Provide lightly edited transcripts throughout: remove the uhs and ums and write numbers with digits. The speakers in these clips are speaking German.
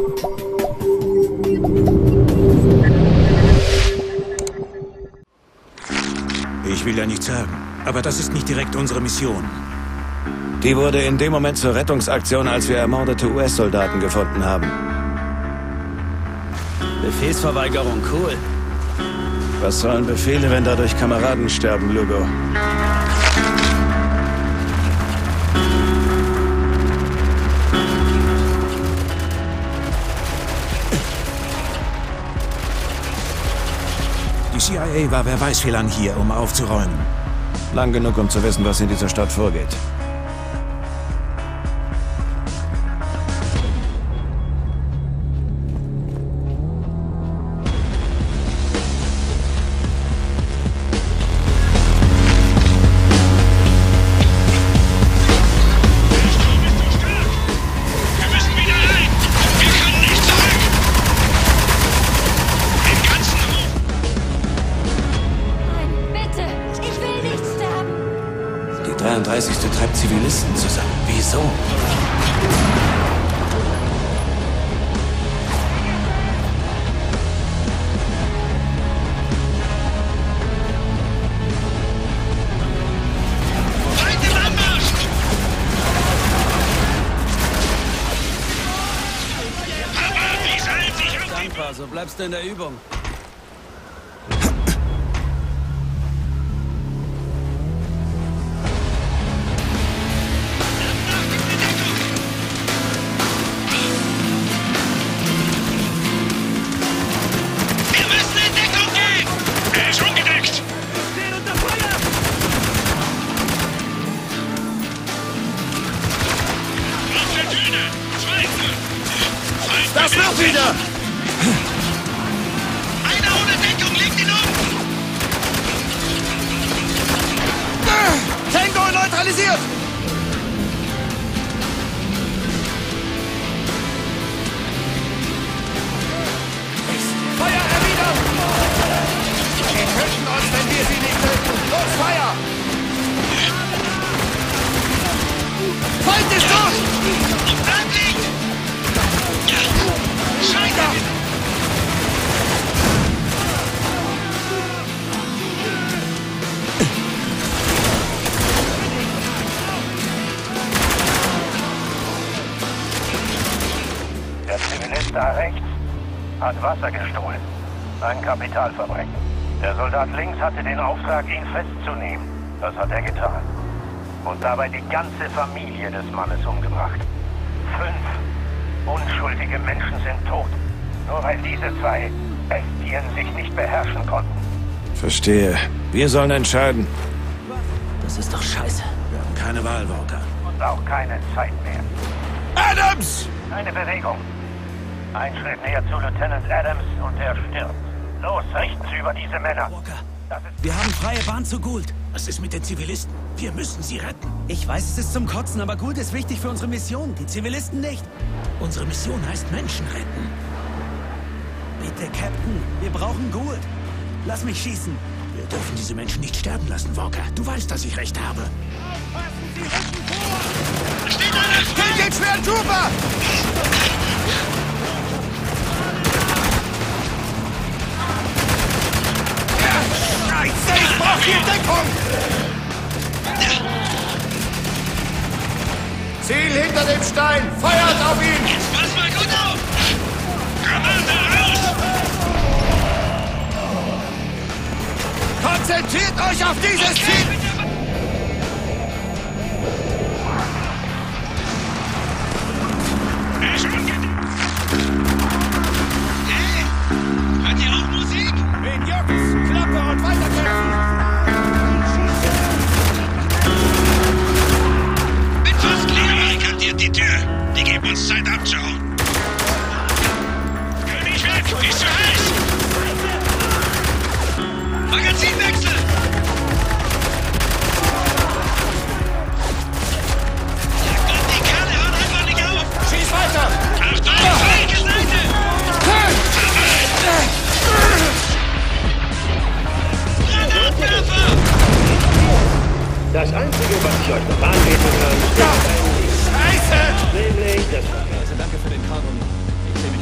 Ich will ja nichts sagen, aber das ist nicht direkt unsere Mission. Die wurde in dem Moment zur Rettungsaktion, als wir ermordete US-Soldaten gefunden haben. Befehlsverweigerung, cool. Was sollen Befehle, wenn dadurch Kameraden sterben, Lugo? Die CIA war wer weiß wie lang hier, um aufzuräumen. Lang genug, um zu wissen, was in dieser Stadt vorgeht. Die 33. treibt Zivilisten zusammen. Wieso? Dankbar, so bleibst du in der Übung. Das wird wieder! Einer ohne Deckung, legt ihn um! Tango neutralisiert! Feuer erwidern! Sie töten uns, wenn wir sie nicht töten! Los, Feuer! Feind ist tot! Anliegt! Scheiter! Der Zivilist da rechts hat Wasser gestohlen. Ein Kapitalverbrechen. Der Soldat links hatte den Auftrag, ihn festzunehmen. Das hat er getan. Und dabei die ganze Familie des Mannes umgebracht. 5 unschuldige Menschen sind tot. Nur weil diese 2 Bestien sich nicht beherrschen konnten. Verstehe. Wir sollen entscheiden. Das ist doch scheiße. Wir haben keine Wahl, Walker. Und auch keine Zeit mehr. Adams! Eine Bewegung. Ein Schritt näher zu Lieutenant Adams und er stirbt. Los, richten Sie über diese Männer. Walker, Das ist wir haben freie Bahn zu Gould. Was ist mit den Zivilisten? Wir müssen sie retten. Ich weiß, es ist zum Kotzen, aber Gould ist wichtig für unsere Mission. Die Zivilisten nicht. Unsere Mission heißt Menschen retten. Bitte, Captain. Wir brauchen Gould. Lass mich schießen. Wir dürfen diese Menschen nicht sterben lassen, Walker. Du weißt, dass ich recht habe. Steht einer! Kill den schweren Trooper! Scheiße, ich brauch hier Deckung! Ziel hinter dem Stein! Feuert auf ihn! Jetzt pass mal gut auf! Granate raus! Konzentriert euch auf dieses Ziel! Er ist angedeckt! Hey! Hört ihr auch Musik? Wen juckt's? Klappe und weiterkämpfen! Bin fast leer, barrikadiert die Tür. Die geben uns Zeit abzuhauen. Geh nicht weg! Ist zu heiß! Magazinwechsel! Ja Gott, die Kerle hören einfach nicht auf! Schieß weiter! Achtung, linke Seite! Granatwerfer! Das Einzige, was ich euch noch anbieten kann, ist Scheiße! nämlich das Also danke für den Kram. Ich sehe mich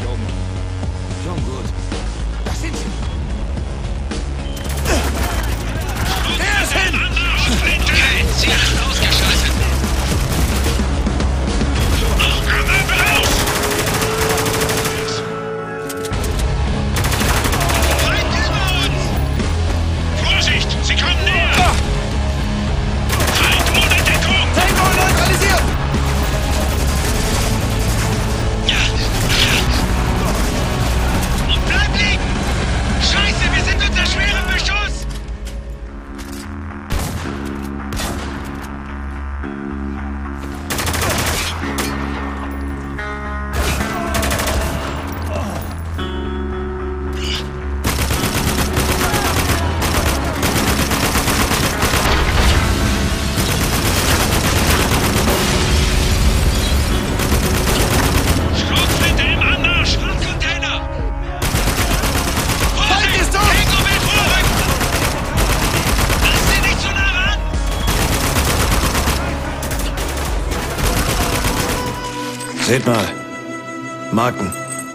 Seht mal. Marken.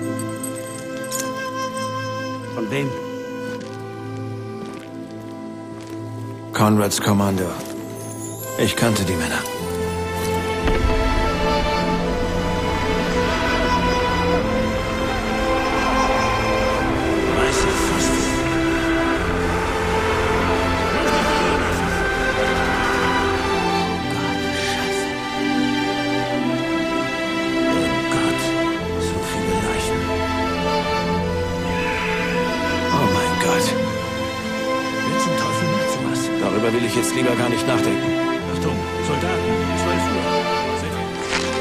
Von wem? Conrads Kommando. Ich kannte die Männer. Weiße Pfosten. Oh Gott, so viele Leichen. Oh mein Gott. Wer zum Teufel macht sowas? Darüber will ich jetzt lieber gar nicht nachdenken. Achtung, Soldaten, 12 Uhr. Seht ihr?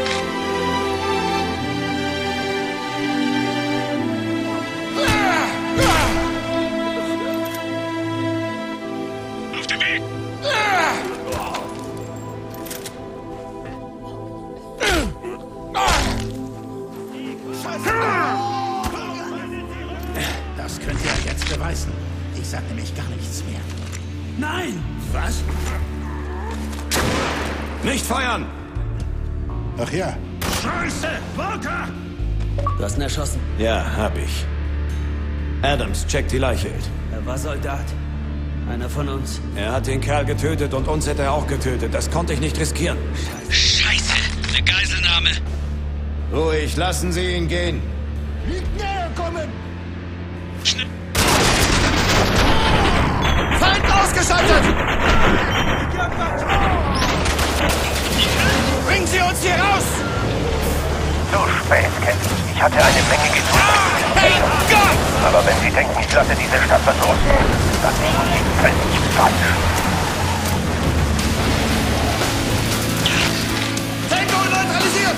Auf dem Weg! Das könnt ihr jetzt beweisen. Ich sag nämlich gar nichts mehr. Nein! Was? Nicht feuern! Ach ja, Scheiße! Walker! Du hast ihn erschossen. Ja, hab ich. Adams, check die Leiche. Er war Soldat. Einer von uns. Er hat den Kerl getötet und uns hätte er auch getötet. Das konnte ich nicht riskieren. Scheiße! Eine Geiselnahme! Ruhig, lassen Sie ihn gehen. Schnell! Feind ausgeschaltet! Bringen Sie uns hier raus! Zu spät, Captain. Ich hatte eine Menge getan. Hey Gott! Aber wenn Sie denken, ich lasse diese Stadt verdursten, dann liegen Sie völlig falsch. Tango neutralisiert!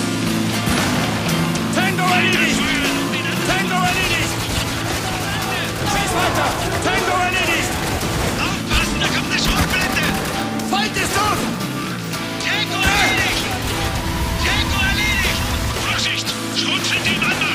Tango erledigt! Tango erledigt! Schieß weiter! Tango erledigt! Aufpassen, da kommt eine Schrotflinte! Feind ist tot! Tango erledigt! Tango erledigt! Vorsicht! Schrotflinte im Anmarsch!